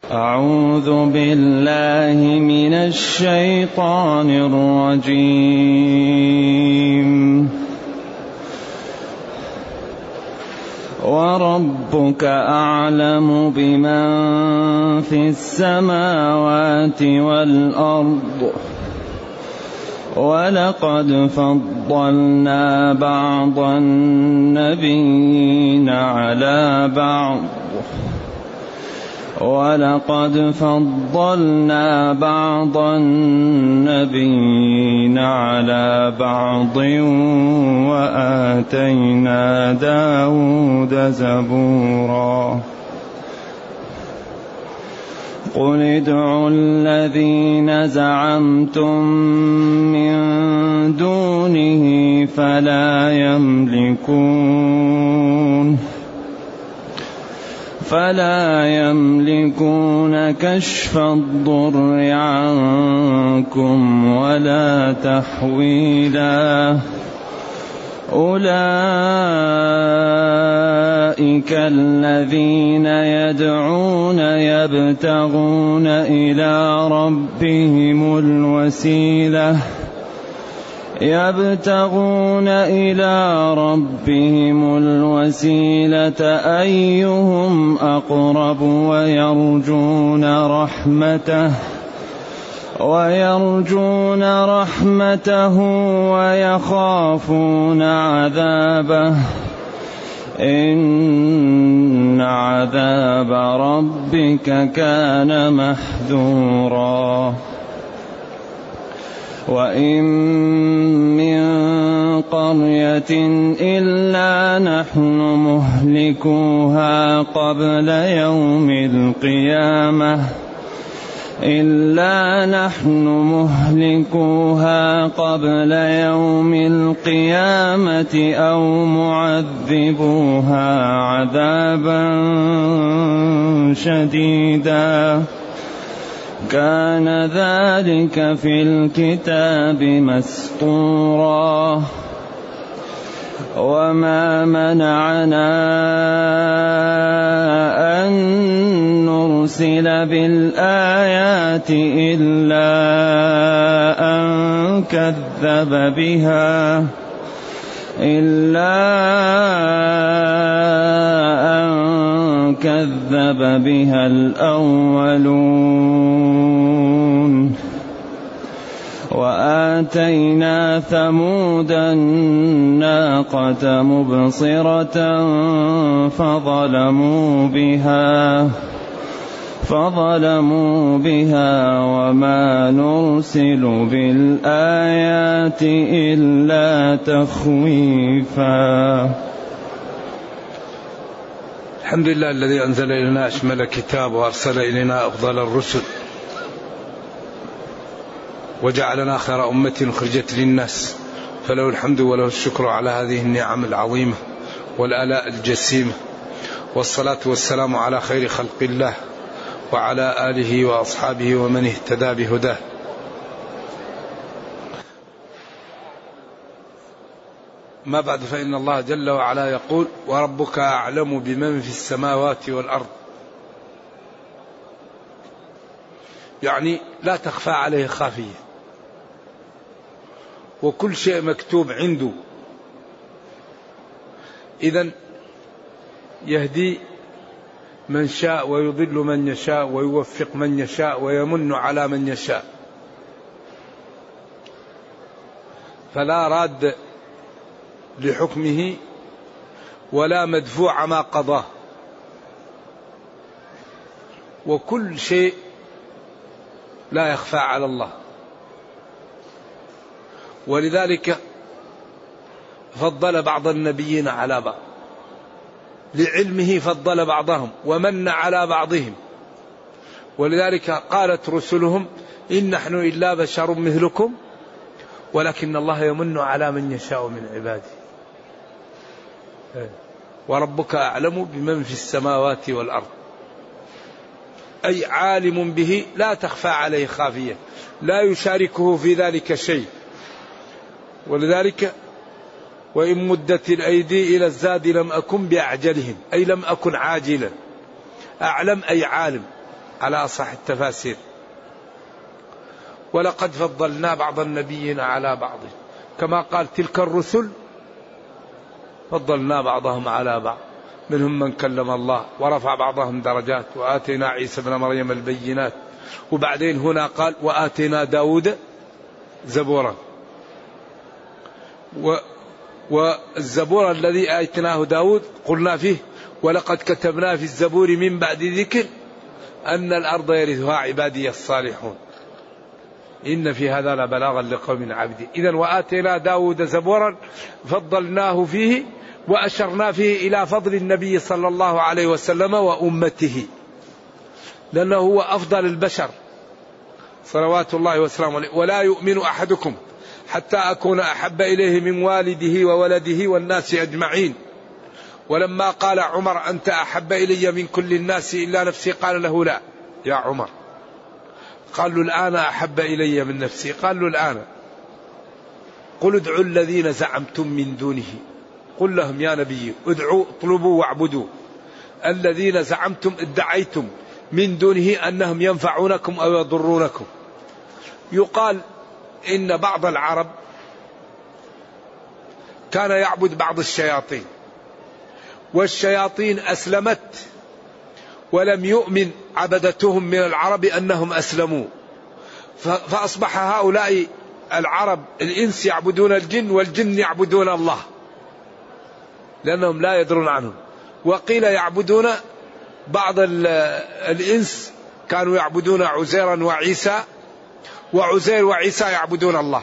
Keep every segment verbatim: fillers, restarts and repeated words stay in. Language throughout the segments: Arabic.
أعوذ بالله من الشيطان الرجيم. وربك أعلم بمن في السماوات والأرض ولقد فضلنا بعض النبيين على بعض ولقد فضلنا بعض النبيين على بعض وآتينا داود زبورا. قل ادعوا الذين زعمتم من دونه فلا يملكون فلا يملكون كشف الضر عنكم ولا تحويلا. أولئك الذين يدعون يبتغون إلى ربهم الوسيلة يبتغون إلى ربهم الوسيلة أيهم أقرب ويرجون رحمته ويرجون رحمته ويخافون عذابه إن عذاب ربك كان محذورا. وإن من قرية إلا نحن مهلكوها قبل يوم القيامة إلا نحن مهلكوها قبل يوم القيامة أو معذبوها عذابا شديدا كان ذلك في الكتاب مسطورا. وما منعنا أن نرسل بالآيات إلا أن كذب بها إلا أن كذب بها الأولون. وآتينا ثمود الناقة مبصرة فظلموا بها فظلموا بها وما نرسل بالآيات إلا تخويفا. الحمد لله الذي أنزل إلينا أشمل كتاب وأرسل إلينا أفضل الرسل وجعلنا خير أمة أخرجت للناس، فله الحمد وله الشكر على هذه النعم العظيمة والآلاء الجسيمة، والصلاة والسلام على خير خلق الله وعلى آله وأصحابه ومن اهتدى بهداه. ما بعد، فإن الله جل وعلا يقول: وربك أعلم بمن في السماوات والأرض. يعني لا تخفى عليه خافية، وكل شيء مكتوب عنده. إذن يهدي من شاء ويضل من يشاء ويوفق من يشاء ويمن على من يشاء، فلا راد لحكمه ولا مدفوع ما قضاه، وكل شيء لا يخفى على الله. ولذلك فضل بعض النبيين على بعض، لعلمه فضل بعضهم ومن على بعضهم. ولذلك قالت رسلهم: إن نحن إلا بشر مثلكم ولكن الله يمن على من يشاء من عباده. وربك أعلم بمن في السماوات والأرض، أي عالم به لا تخفى عليه خافية، لا يشاركه في ذلك شيء. ولذلك وإن مدت الأيدي إلى الزاد لم أكن بأعجلهم، أي لم أكن عاجلا. أعلم أي عالم، على أصح التفاسير. ولقد فضلنا بعض النبيين على بعض، كما قال تلك الرسل فضلنا بعضهم على بعض، منهم من كلم الله ورفع بعضهم درجات وآتينا عيسى بن مريم البينات. وبعدين هنا قال وآتينا داود زبورا، والزبور الذي آتيناه داود قلنا فيه ولقد كتبنا في الزبور من بعد ذكر أن الأرض يرثها عبادي الصالحون إن في هذا لبلاغا لقوم عابدين. إذن وآتينا داود زبورا فضلناه فيه وأشرنا فيه إلى فضل النبي صلى الله عليه وسلم وأمته، لأنه هو أفضل البشر صلوات الله وسلامه عليه. ولا يؤمن أحدكم حتى أكون أحب إليه من والده وولده والناس أجمعين. ولما قال عمر أنت أحب إلي من كل الناس إلا نفسي قال له لا يا عمر. قال له الآن أحب إلي من نفسي. قال له الآن قل ادعوا الذين زعمتم من دونه، قل لهم يا نبي ادعوا اطلبوا واعبدوا الذين زعمتم ادعيتم من دونه أنهم ينفعونكم أو يضرونكم. يقال إن بعض العرب كان يعبد بعض الشياطين، والشياطين أسلمت ولم يؤمن عبدتهم من العرب أنهم أسلموا، فأصبح هؤلاء العرب الإنس يعبدون الجن والجن يعبدون الله لأنهم لا يدرون عنهم. وقيل يعبدون بعض الإنس كانوا يعبدون عزيرا وعيسى، وعزير وعيسى يعبدون الله.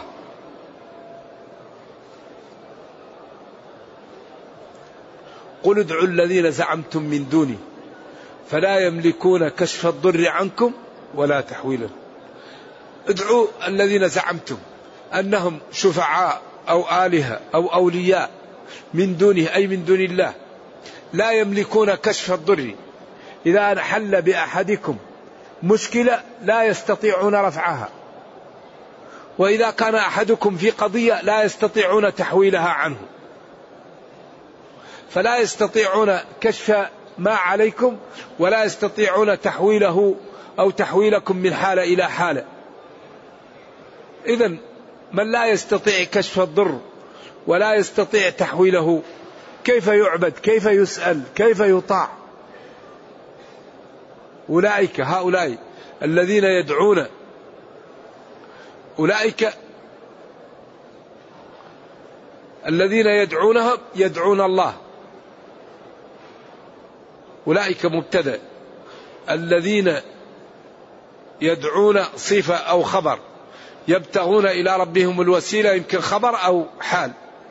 قل ادعوا الذين زعمتم من دوني فلا يملكون كشف الضر عنكم ولا تحويله. ادعوا الذين زعمتم أنهم شفعاء أو آلهة أو أولياء من دونه أي من دون الله، لا يملكون كشف الضر. إذا حل بأحدكم مشكلة لا يستطيعون رفعها، وإذا كان أحدكم في قضية لا يستطيعون تحويلها عنه، فلا يستطيعون كشف ما عليكم ولا يستطيعون تحويله أو تحويلكم من حالة إلى حالة. إذن من لا يستطيع كشف الضر ولا يستطيع تحويله كيف يعبد؟ كيف يسأل؟ كيف يطاع؟ أولئك هؤلاء الذين يدعون أولئك الذين يدعونهم يدعون الله. أولئك مبتدأ، الذين يدعون صفة أو خبر، يبتغون إلى ربهم الوسيلة يمكن خبر أو حال.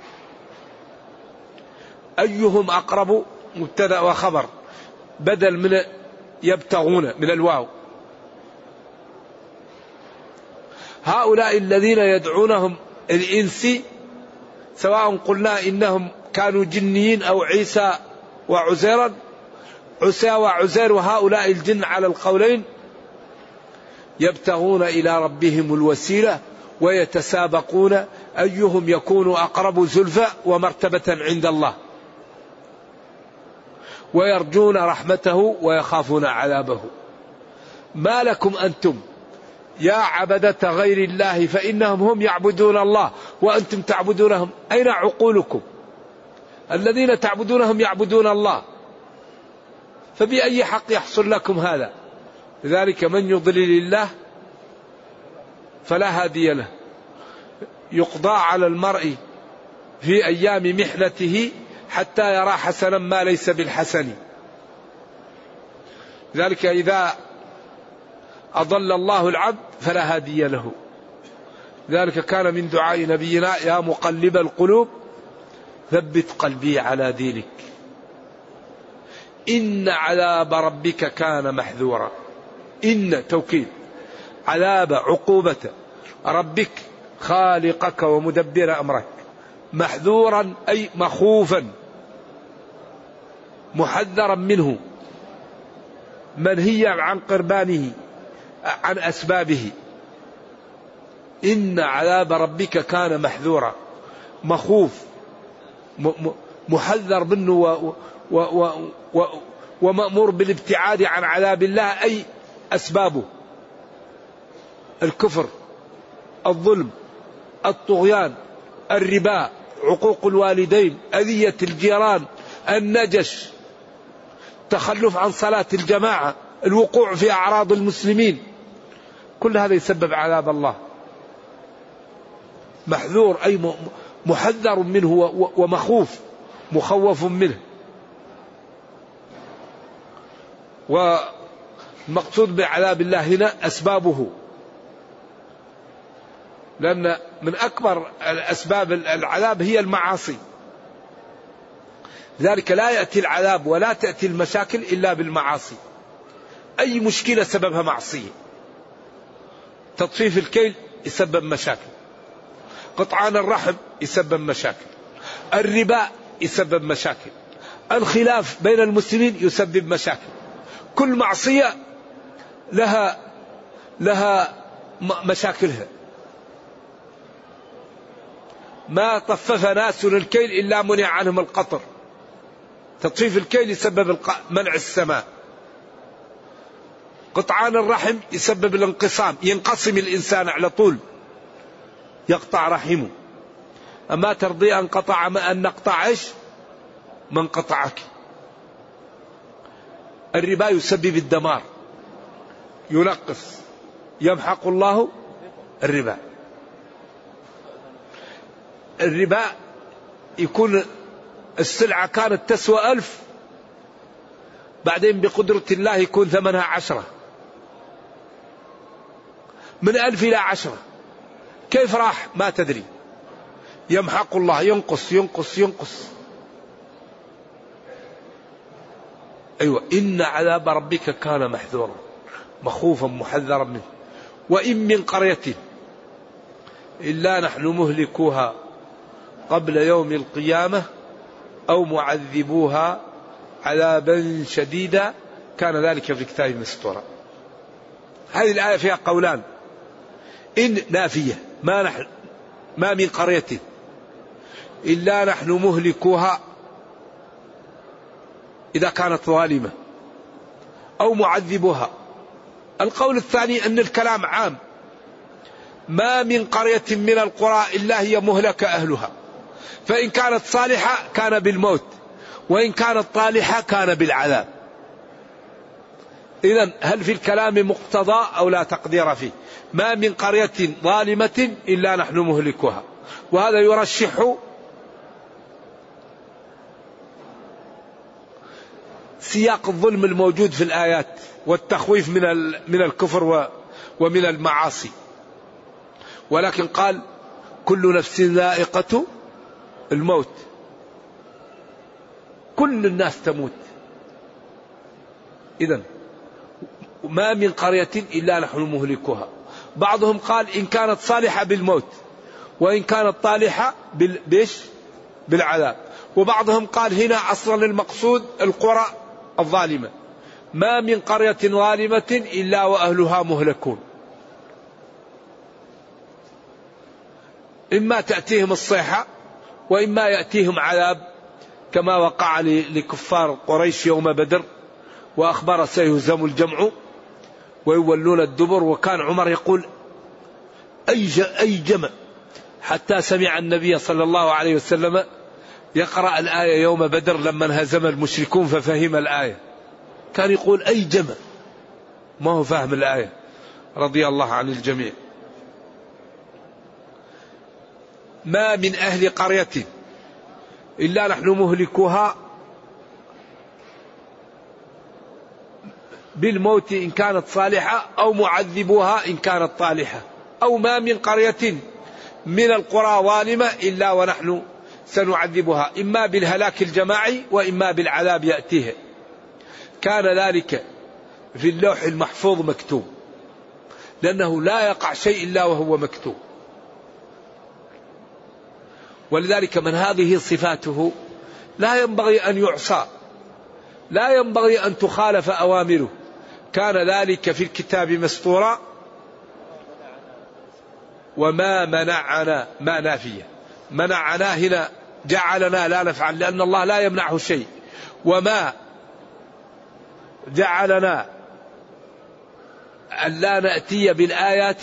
أيهم أقرب مبتدأ وخبر بدل من يبتغون من الواو. هؤلاء الذين يدعونهم الإنسي سواء قلنا إنهم كانوا جنيين أو عيسى وعزيرا، عيسى وعزير وهؤلاء الجن على القولين يبتغون إلى ربهم الوسيلة ويتسابقون أيهم يكون أقرب زلفى ومرتبة عند الله، ويرجون رحمته ويخافون عذابه. ما لكم أنتم يا عبدة غير الله فإنهم هم يعبدون الله وأنتم تعبدونهم، أين عقولكم؟ الذين تعبدونهم يعبدون الله، فبأي حق يحصل لكم هذا؟ لذلك من يضلل الله فلا هادي له. يقضى على المرء في أيام محنته حتى يرى حسنا ما ليس بالحسن. لذلك إذا أضل الله العبد فلا هادي له. لذلك كان من دعاء نبينا يا مقلب القلوب ثبت قلبي على دينك إن عذاب ربك كان محذورا. إن توكيد عذاب عقوبة ربك خالقك ومدبر أمرك، محذورا أي مخوفا محذرا منه، منهيا عن قربانه عن أسبابه. إن عذاب ربك كان محذورا، مخوف محذر منه ومأمور بالابتعاد عن عذاب الله، أي أسبابه: الكفر، الظلم، الطغيان، الربا، عقوق الوالدين، أذية الجيران، النجش، تخلف عن صلاة الجماعة، الوقوع في أعراض المسلمين، كل هذا يسبب عذاب الله. محذور أي محذر منه ومخوف، مخوف منه. والمقصود بعذاب الله هنا أسبابه، لأن من أكبر الأسباب العذاب هي المعاصي. لذلك لا يأتي العذاب ولا تأتي المشاكل إلا بالمعاصي. أي مشكلة سببها معصية. تطفيف الكيل يسبب مشاكل، قطعان الرحم يسبب مشاكل، الربا يسبب مشاكل، الخلاف بين المسلمين يسبب مشاكل. كل معصية لها لها مشاكلها. ما طفف ناس الكيل إلا منع عنهم القطر. تطفيف الكيل يسبب منع السماء. قطعان الرحم يسبب الانقسام، ينقسم الإنسان على طول، يقطع رحمه. أما ترضي أن قطع ما أن نقطع إيش من قطعك. الربا يسبب الدمار، ينقص، يمحق الله الربا. الربا يكون السلعة كانت تسوى ألف، بعدين بقدرة الله يكون ثمنها عشرة، من ألف إلى عشرة. كيف راح ما تدري. يمحق الله، ينقص ينقص ينقص. أيوة، إن عذاب ربك كان محذورا، مخوفا محذرا منه. وإن من قرية إلا نحن مهلكوها قبل يوم القيامة أو معذبوها عذابا شديدا كان ذلك في كتاب مسطورا. هذه الآية فيها قولان: إن نافية، ما نحن ما من قرية إلا نحن مهلكوها إذا كانت ظالمة أو معذبوها. القول الثاني أن الكلام عام، ما من قرية من القرى إلا هي مهلك أهلها، فإن كانت صالحة كان بالموت، وإن كانت طالحة كان بالعذاب. إذن هل في الكلام مقتضى أو لا تقدير فيه؟ ما من قرية ظالمة إلا نحن مهلكها. وهذا يرشح سياق الظلم الموجود في الآيات والتخويف من من الكفر ومن المعاصي. ولكن قال: كل نفس ذائقة الموت. كل الناس تموت. إذن ما من قرية إلا نحن مهلكها. بعضهم قال إن كانت صالحة بالموت، وإن كانت طالحة بالبيش بالعذاب. وبعضهم قال هنا أصلا المقصود القرى الظالمة، ما من قرية ظالمة إلا وأهلها مهلكون. إما تأتيهم الصيحة وإما يأتيهم عذاب، كما وقع لكفار قريش يوم بدر، وأخبر سيهزم الجمع ويولون الدبر. وكان عمر يقول أي أي جمع، حتى سمع النبي صلى الله عليه وسلم يقرأ الآية يوم بدر لما انهزم المشركون ففهم الآية، كان يقول أي جمع، ما هو فاهم الآية، رضي الله عن الجميع. ما من أهل قرية إلا نحن مهلكوها بالموت إن كانت صالحة أو معذبوها إن كانت طالحة. أو ما من قرية من القرى ظالمة إلا ونحن سنعذبها إما بالهلاك الجماعي وإما بالعذاب يأتيها. كان ذلك في اللوح المحفوظ مكتوب، لأنه لا يقع شيء إلا وهو مكتوب. ولذلك من هذه صفاته لا ينبغي أن يعصى، لا ينبغي أن تخالف أوامره. كان ذلك في الكتاب مسطورا. وما منعنا، ما نافية، منعنا هنا جعلنا لا نفعل، لأن الله لا يمنعه شيء. وما جعلنا أن لا نأتي بالآيات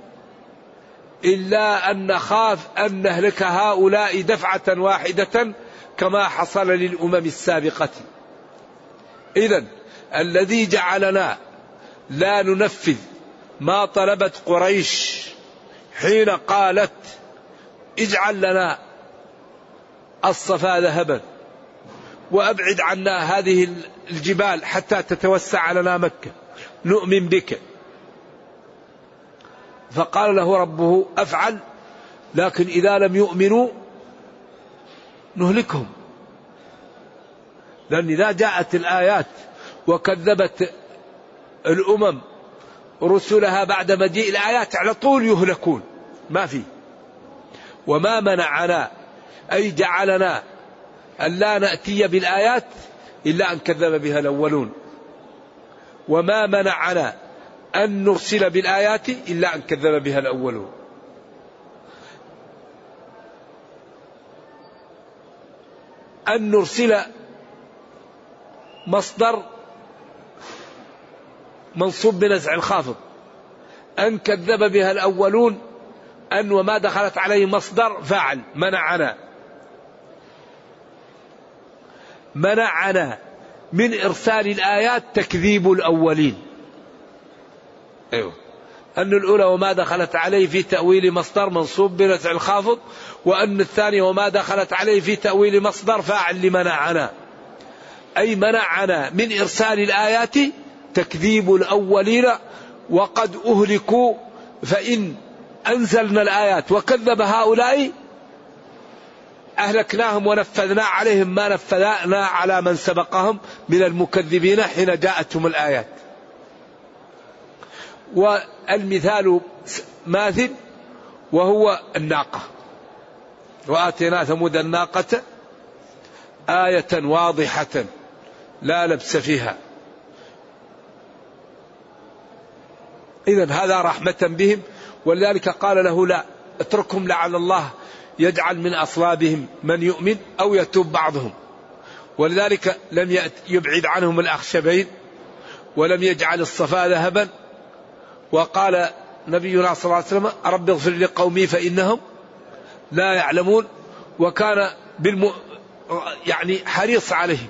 إلا أن نخاف أن نهلك هؤلاء دفعة واحدة كما حصل للأمم السابقة. إذن الذي جعلنا لا ننفذ ما طلبت قريش حين قالت اجعل لنا الصفا ذهبا وأبعد عنا هذه الجبال حتى تتوسع لنا مكة نؤمن بك، فقال له ربه أفعل، لكن إذا لم يؤمنوا نهلكهم. لأن إذا جاءت الآيات وكذبت الأمم رسلها بعد مجيء الآيات على طول يهلكون، ما في. وما منعنا أي جعلنا أن لا نأتي بالآيات إلا أن كذب بها الأولون، وما منعنا أن نرسل بالآيات إلا أن كذب بها الأولون. أن نرسل مصدر منصوب بنزع الخافض، أن كذب بها الأولون أن وما دخلت عليه مصدر فاعل منعنا. منعنا من إرسال الآيات تكذيب الأولين. أيوه. أن الأولى وما دخلت عليه في تأويل مصدر منصوب بنزع الخافض، وأن الثانية وما دخلت عليه في تأويل مصدر فاعل لمنعنا، أي منعنا من إرسال الآيات تكذيب الأولين وقد أهلكوا، فإن أنزلنا الآيات وكذب هؤلاء أهلكناهم ونفذنا عليهم ما نفذنا على من سبقهم من المكذبين حين جاءتهم الآيات. والمثال ماثل وهو الناقة، وآتينا ثمود الناقة آية واضحة لا لبس فيها. إذن هذا رحمة بهم، ولذلك قال له لا اتركهم لعل الله يجعل من أصلابهم من يؤمن أو يتوب بعضهم. ولذلك لم يبعد عنهم الأخشبين ولم يجعل الصفا ذهبا. وقال نبينا صلى الله عليه وسلم رب اغفر لقومي فإنهم لا يعلمون، وكان بالم... يعني حريص عليهم.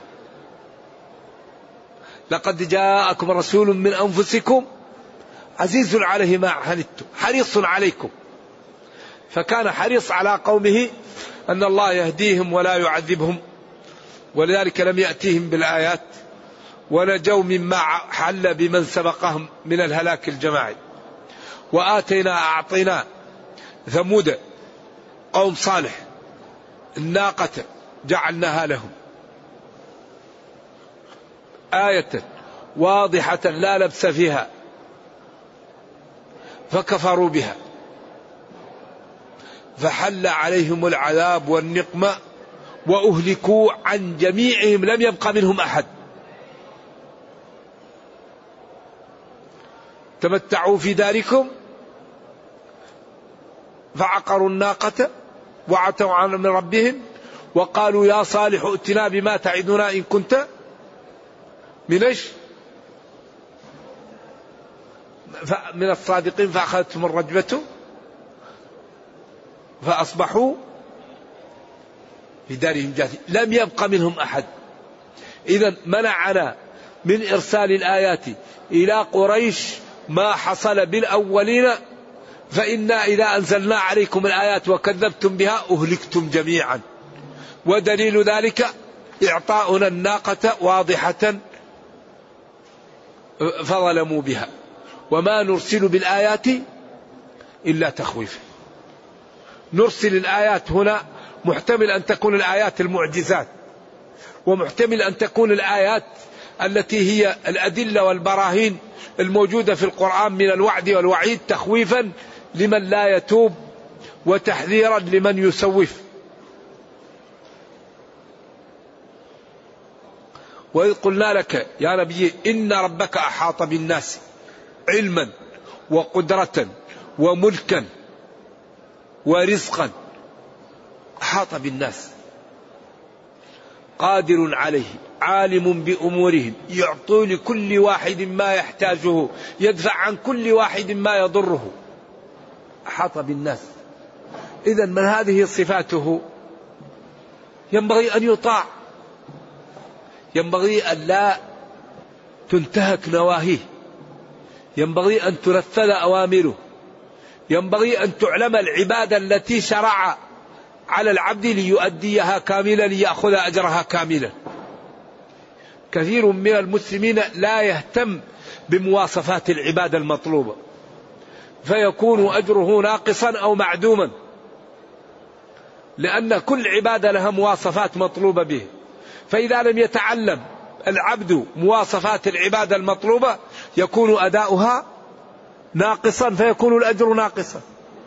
لقد جاءكم رسول من أنفسكم عزيز عليه ما عنتم حريص عليكم، فكان حريص على قومه أن الله يهديهم ولا يعذبهم، ولذلك لم يأتيهم بالآيات ونجوا مما حل بمن سبقهم من الهلاك الجماعي. وآتينا أعطينا ثمود قوم صالح الناقة جعلناها لهم آية واضحة لا لبس فيها فكفروا بها فحل عليهم العذاب والنقمة وأهلكوا عن جميعهم لم يبق منهم أحد. تمتعوا في داركم فعقروا الناقة وعتوا عن من ربهم وقالوا يا صالح ائتنا بما تعدنا إن كنت من ايش من الصادقين، فأخذتهم الرجبة فأصبحوا في دارهم جاثمين لم يبق منهم أحد. إذن منعنا من إرسال الآيات إلى قريش ما حصل بالأولين، فإنا إذا أنزلنا عليكم الآيات وكذبتم بها أهلكتم جميعا. ودليل ذلك إعطاؤنا الناقة واضحة فظلموا بها. وما نرسل بالآيات إلا تخويفا. نرسل الآيات هنا محتمل أن تكون الآيات المعجزات، ومحتمل أن تكون الآيات التي هي الأدلة والبراهين الموجودة في القرآن من الوعد والوعيد تخويفا لمن لا يتوب وتحذيرا لمن يسوف. وإذ قلنا لك يا نبي إن ربك أحاط بالناس علما وقدرة وملكا ورزقا. أحاط بالناس قادر عليه عالم بأمورهم يعطي لكل واحد ما يحتاجه يدفع عن كل واحد ما يضره. أحاط بالناس. إذن من هذه صفاته ينبغي أن يطاع، ينبغي أن لا تنتهك نواهيه، ينبغي أن تنفذ أوامره، ينبغي أن تعلم العبادة التي شرع على العبد ليؤديها كاملا ليأخذ أجرها كاملا. كثير من المسلمين لا يهتم بمواصفات العبادة المطلوبة فيكون أجره ناقصا أو معدوما، لأن كل عبادة لها مواصفات مطلوبة به. فإذا لم يتعلم العبد مواصفات العبادة المطلوبة يكون أداؤها ناقصا فيكون الأجر ناقصا.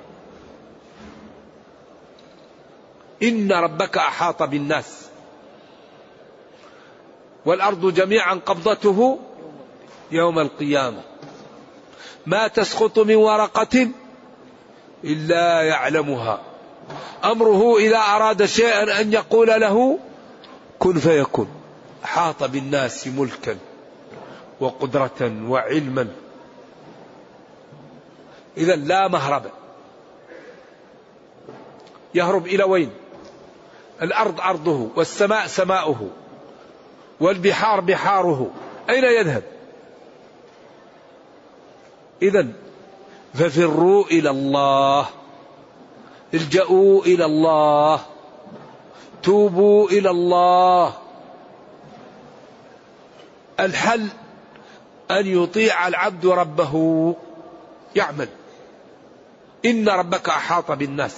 إن ربك أحاط بالناس والأرض جميعا قبضته يوم القيامة ما تسقط من ورقة إلا يعلمها أمره إذا أراد شيئا أن يقول له كن فيكون. أحاط بالناس ملكا وقدرة وعلما. إذا لا مهرب. يهرب إلى وين؟ الأرض أرضه والسماء سماؤه والبحار بحاره، أين يذهب؟ إذا ففروا إلى الله، الجأوا إلى الله، توبوا إلى الله. الحل أن يطيع العبد ربه يعمل. إن ربك أحاط بالناس.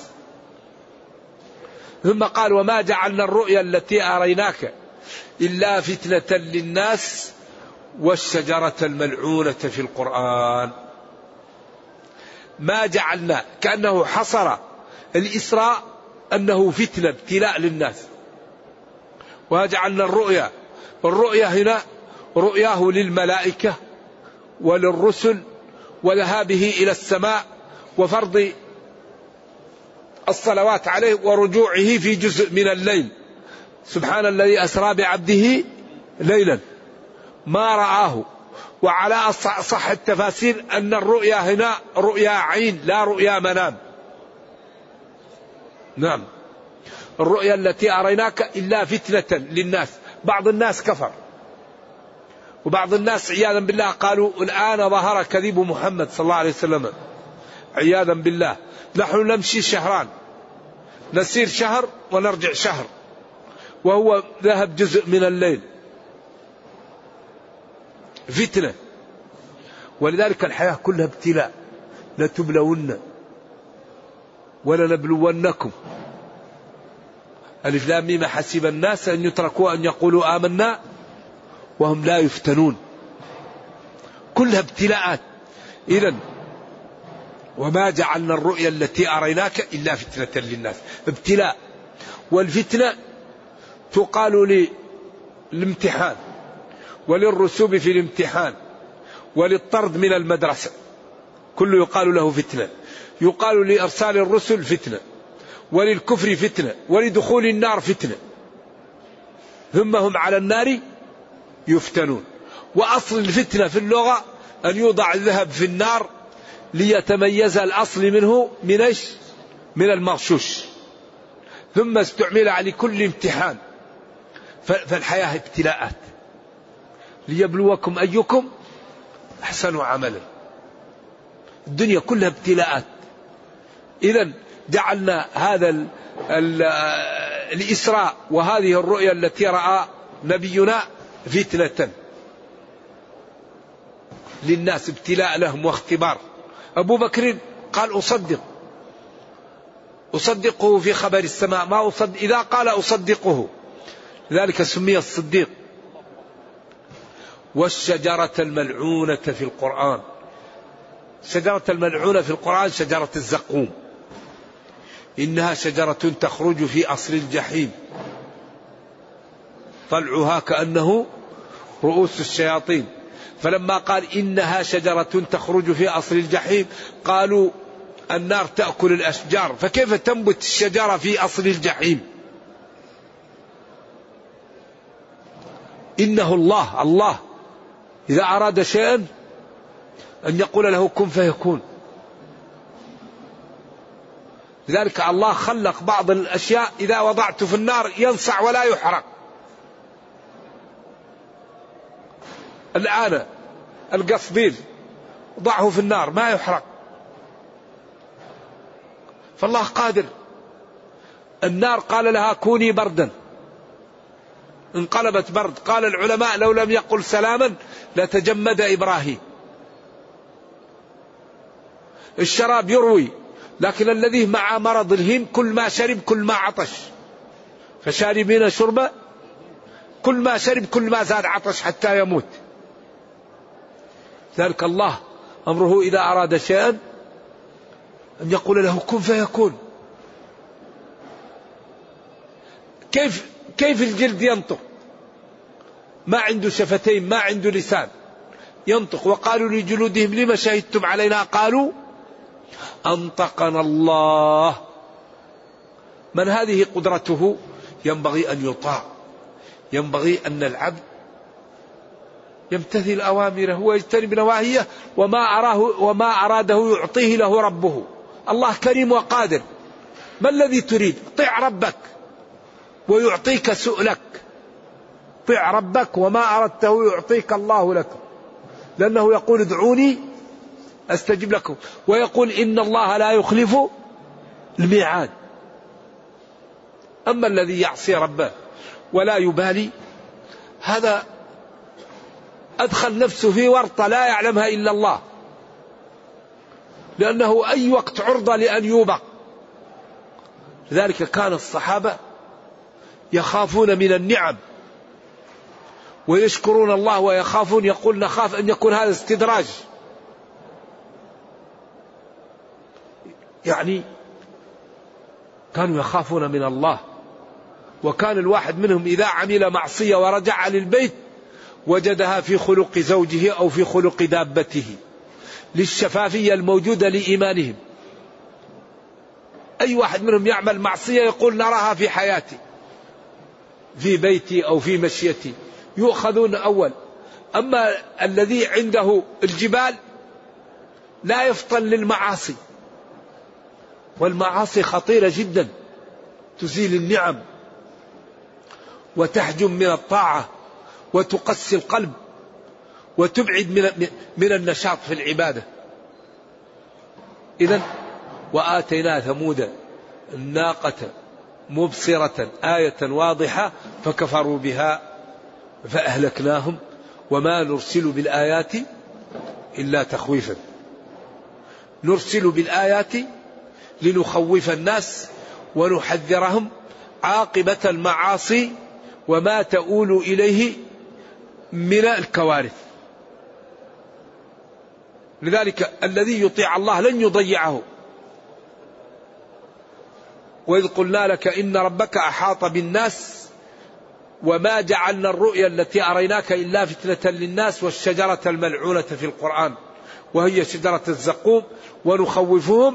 ثم قال وما جعلنا الرؤيا التي أريناك إلا فتنة للناس والشجرة الملعونة في القرآن. ما جعلنا كأنه حصر الإسراء أنه فتنة ابتلاء للناس. وجعلنا الرؤيا، الرؤيا هنا رؤياه للملائكة وللرسل وذهابه إلى السماء وفرض الصلوات عليه ورجوعه في جزء من الليل. سبحان الذي أسرى بعبده ليلا ما رآه. وعلى أصح التفاسير أن الرؤيا هنا رؤيا عين لا رؤيا منام. نعم الرؤيا التي أريناك إلا فتنة للناس. بعض الناس كفر وبعض الناس عياذا بالله قالوا الآن ظهر كذب محمد صلى الله عليه وسلم عياذا بالله. نحن نمشي شهران نسير شهر ونرجع شهر وهو ذهب جزء من الليل. فتنة. ولذلك الحياة كلها ابتلاء. لتبلون ولنبلونكم. ألف لام ميم حسب الناس أن يتركوا أن يقولوا آمنا وهم لا يفتنون. كلها ابتلاءات. إذن وما جعلنا الرؤيا التي أريناك إلا فتنة للناس. ابتلاء. والفتنة تقال للامتحان وللرسوب في الامتحان وللطرد من المدرسة كله يقال له فتنة. يقال لإرسال الرسل فتنة وللكفر فتنة ولدخول النار فتنة. ثم هم على النار يفتنون. وأصل الفتنة في اللغة أن يوضع الذهب في النار ليتميز الأصل منه من إيش؟ من المغشوش. ثم استعمل على كل امتحان. فالحياة ابتلاءات ليبلوكم أيكم أحسن عملا. الدنيا كلها ابتلاءات. إذن جعلنا هذا ال ال الإسراء وهذه الرؤيا التي رأى نبينا فتنة للناس، ابتلاء لهم واختبار. أبو بكر قال أصدق أصدقه في خبر السماء ما أصدق إذا قال أصدقه، لذلك سمي الصديق. والشجرة الملعونة في القرآن. شجرة الملعونة في القرآن شجرة الزقوم. إنها شجرة تخرج في أصل الجحيم طلعها كأنه رؤوس الشياطين. فلما قال إنها شجرة تخرج في أصل الجحيم قالوا النار تأكل الأشجار فكيف تنبت الشجرة في أصل الجحيم؟ إنه الله الله إذا أراد شيئا أن يقول له كن فيكون. لذلك الله خلق بعض الأشياء إذا وضعته في النار ينصع ولا يحرق. الآن القصدير ضعه في النار ما يحرق، فالله قادر. النار قال لها كوني بردا انقلبت برد. قال العلماء لو لم يقل سلاما لتجمد إبراهيم. الشراب يروي، لكن الذي مع مرض الهيم كل ما شرب كل ما عطش، فشاربين شرب كل ما شرب كل ما زاد عطش حتى يموت. ذلك الله أمره إذا أراد شيئا أن يقول له كن فيكون. كيف كيف الجلد ينطق؟ ما عنده شفتين ما عنده لسان، ينطق. وقالوا لجلودهم لما شهدتم علينا؟ قالوا أنطقنا الله. من هذه قدرته؟ ينبغي أن يطاع، ينبغي أن العبد يمتثل أوامره ويجتنب نواهيه، وما أراه وما أراده يعطيه له ربه. الله كريم وقادر. ما الذي تريد؟ طع ربك ويعطيك سؤلك. طع ربك وما أردته يعطيك الله لك، لأنه يقول ادعوني أستجب لكم، ويقول إن الله لا يخلف الميعاد. أما الذي يعصي ربه ولا يبالي هذا أدخل نفسه في ورطة لا يعلمها إلا الله، لأنه أي وقت عرضة لأن يوبق. لذلك كان الصحابة يخافون من النعم ويشكرون الله ويخافون، يقول نخاف أن يكون هذا استدراج. يعني كانوا يخافون من الله. وكان الواحد منهم إذا عمل معصية ورجع للبيت وجدها في خلق زوجه أو في خلق دابته، للشفافية الموجودة لإيمانهم. أي واحد منهم يعمل معصية يقول نراها في حياتي في بيتي أو في مشيتي، يؤخذون أول. أما الذي عنده الجبال لا يفطن للمعاصي، والمعاصي خطيرة جدا، تزيل النعم وتحجم من الطاعة وتقسي القلب وتبعد من من النشاط في العبادة. إذن وآتينا ثمود الناقة مبصرة آية واضحة فكفروا بها فأهلكناهم وما نرسل بالآيات إلا تخويفا. نرسل بالآيات لنخوف الناس ونحذرهم عاقبة المعاصي وما تؤول إليه من الكوارث. لذلك الذي يطيع الله لن يضيعه. وإذ قلنا لك إن ربك أحاط بالناس وما جعلنا الرؤيا التي أريناك إلا فتنة للناس والشجرة الملعونة في القرآن وهي شجرة الزقوم ونخوفهم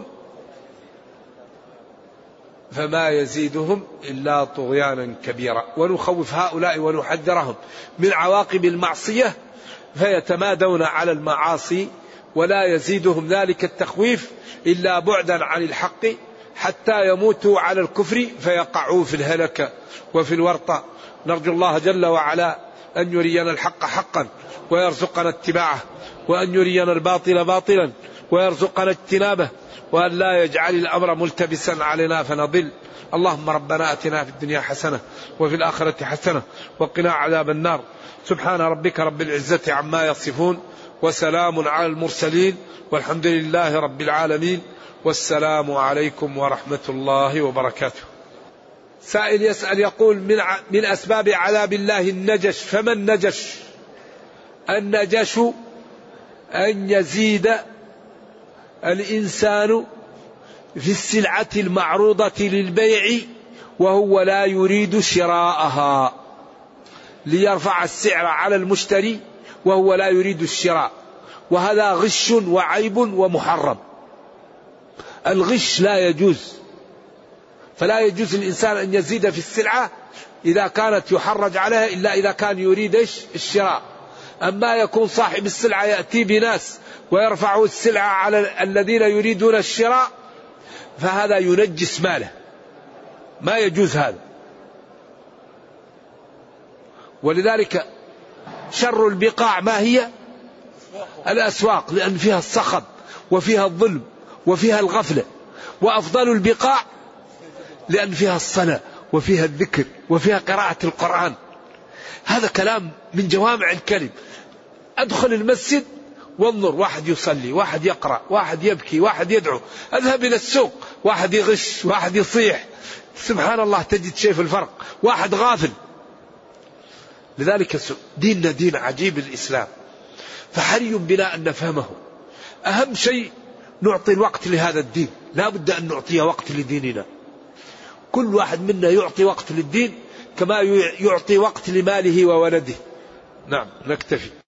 فما يزيدهم إلا طغيانا كبيرا. ونخوف هؤلاء ونحذرهم من عواقب المعصية فيتمادون على المعاصي ولا يزيدهم ذلك التخويف إلا بعدا عن الحق حتى يموتوا على الكفر فيقعوا في الهلكة وفي الورطة. نرجو الله جل وعلا أن يرينا الحق حقا ويرزقنا اتباعه، وأن يرينا الباطل باطلا ويرزقنا اجتنابه، وأن لا يجعل الأمر ملتبسا علينا فنضل. اللهم ربنا أتنا في الدنيا حسنة وفي الآخرة حسنة وقنا عذاب النار. سبحان ربك رب العزة عما يصفون وسلام على المرسلين والحمد لله رب العالمين والسلام عليكم ورحمة الله وبركاته. سائل يسأل يقول من, من أسباب عذاب الله النجش، فما النجش؟ النجش أن يزيد الإنسان في السلعة المعروضة للبيع وهو لا يريد شراءها، ليرفع السعر على المشتري وهو لا يريد الشراء، وهذا غش وعيب ومحرم. الغش لا يجوز، فلا يجوز الإنسان أن يزيد في السلعة إذا كانت يحرج عليها إلا إذا كان يريد إيش الشراء. أما يكون صاحب السلعة يأتي بناس ويرفع السلعة على الذين يريدون الشراء فهذا ينجس ماله، ما يجوز هذا. ولذلك شر البقاع ما هي؟ الأسواق، لأن فيها الصخب وفيها الظلم وفيها الغفلة. وأفضل البقاع لأن فيها الصلاة وفيها الذكر وفيها قراءة القرآن. هذا كلام من جوامع الكلم. أدخل المسجد وانظر، واحد يصلي، واحد يقرأ، واحد يبكي، واحد يدعو. أذهب إلى السوق، واحد يغش، واحد يصيح، سبحان الله تجد شيء في الفرق، واحد غافل. لذلك ديننا دين عجيب الإسلام، فحري بنا أن نفهمه. أهم شيء نعطي الوقت لهذا الدين، لا بد أن نعطيه وقت لديننا. كل واحد منا يعطي وقت للدين كما يعطي وقت لماله وولده. نعم، نكتفي.